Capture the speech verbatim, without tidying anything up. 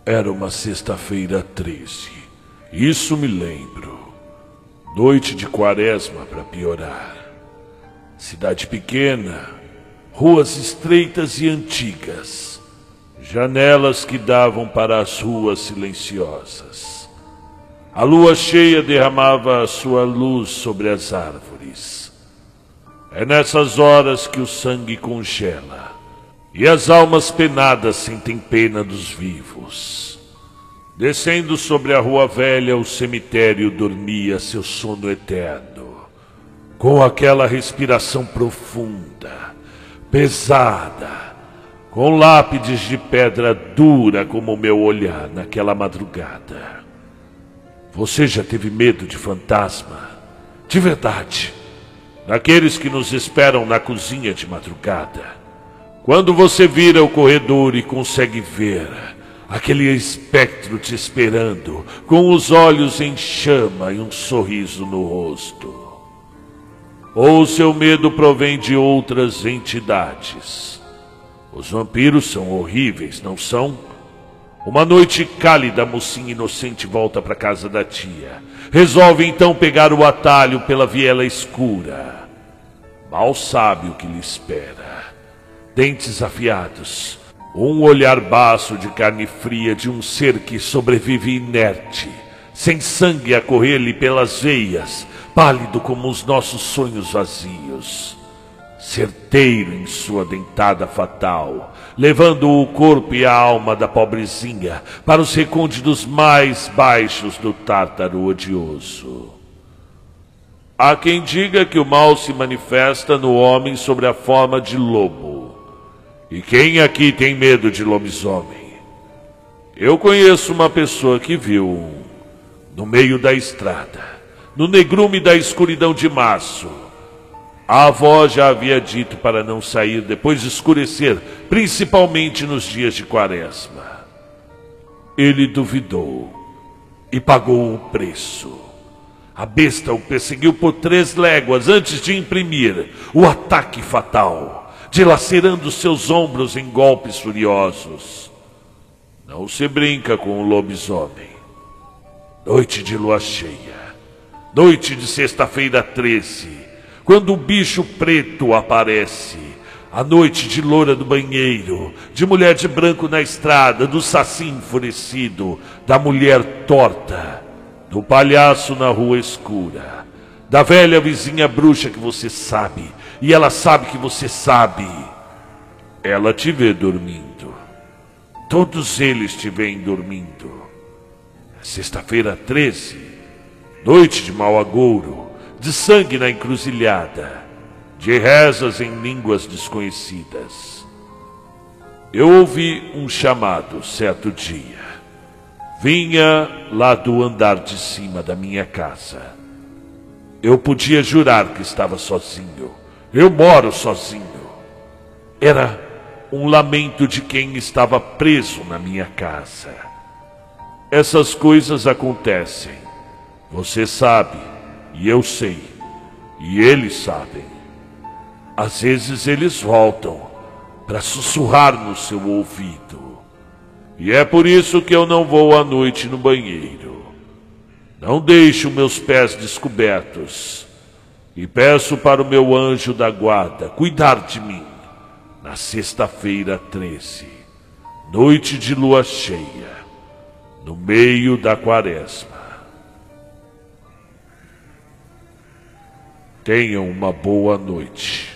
Era uma sexta-feira treze. Isso me lembro. Noite de quaresma para piorar. Cidade pequena, ruas estreitas e antigas, janelas que davam para as ruas silenciosas. A lua cheia derramava a sua luz sobre as árvores. É nessas horas que o sangue congela e as almas penadas sentem pena dos vivos. Descendo sobre a rua velha, o cemitério dormia seu sono eterno, com aquela respiração profunda, pesada, com lápides de pedra dura como o meu olhar naquela madrugada. Você já teve medo de fantasma? De verdade, daqueles que nos esperam na cozinha de madrugada? Quando você vira o corredor e consegue ver aquele espectro te esperando, com os olhos em chama e um sorriso no rosto. Ou seu medo provém de outras entidades? Os vampiros são horríveis, não são? Uma noite cálida, a mocinha inocente volta para casa da tia. Resolve então pegar o atalho pela viela escura. Mal sabe o que lhe espera. Dentes afiados, um olhar baço de carne fria de um ser que sobrevive inerte, sem sangue a correr-lhe pelas veias, pálido como os nossos sonhos vazios. Certeiro em sua dentada fatal, levando o corpo e a alma da pobrezinha para os recônditos mais baixos do tártaro odioso. Há quem diga que o mal se manifesta no homem sob a forma de lobo. E quem aqui tem medo de lobisomem? Eu conheço uma pessoa que viu um, no meio da estrada, no negrume da escuridão de março. A avó já havia dito para não sair depois de escurecer, principalmente nos dias de quaresma. Ele duvidou e pagou o preço. A besta o perseguiu por três léguas antes de imprimir o ataque fatal, dilacerando seus ombros em golpes furiosos. Não se brinca com o lobisomem. Noite de lua cheia, noite de sexta-feira treze, quando o bicho preto aparece, a noite de loura do banheiro, de mulher de branco na estrada, do saci enfurecido, da mulher torta, do palhaço na rua escura, da velha vizinha bruxa que você sabe, e ela sabe que você sabe. Ela te vê dormindo. Todos eles te veem dormindo. Sexta-feira treze, noite de mau agouro, de sangue na encruzilhada, de rezas em línguas desconhecidas. Eu ouvi um chamado certo dia. Vinha lá do andar de cima da minha casa. Eu podia jurar que estava sozinho. Eu moro sozinho. Era um lamento de quem estava preso na minha casa. Essas coisas acontecem. Você sabe, e eu sei, e eles sabem. Às vezes eles voltam para sussurrar no seu ouvido. E é por isso que eu não vou à noite no banheiro. Não deixo meus pés descobertos. E peço para o meu anjo da guarda cuidar de mim na sexta-feira treze, noite de lua cheia, no meio da quaresma. Tenham uma boa noite.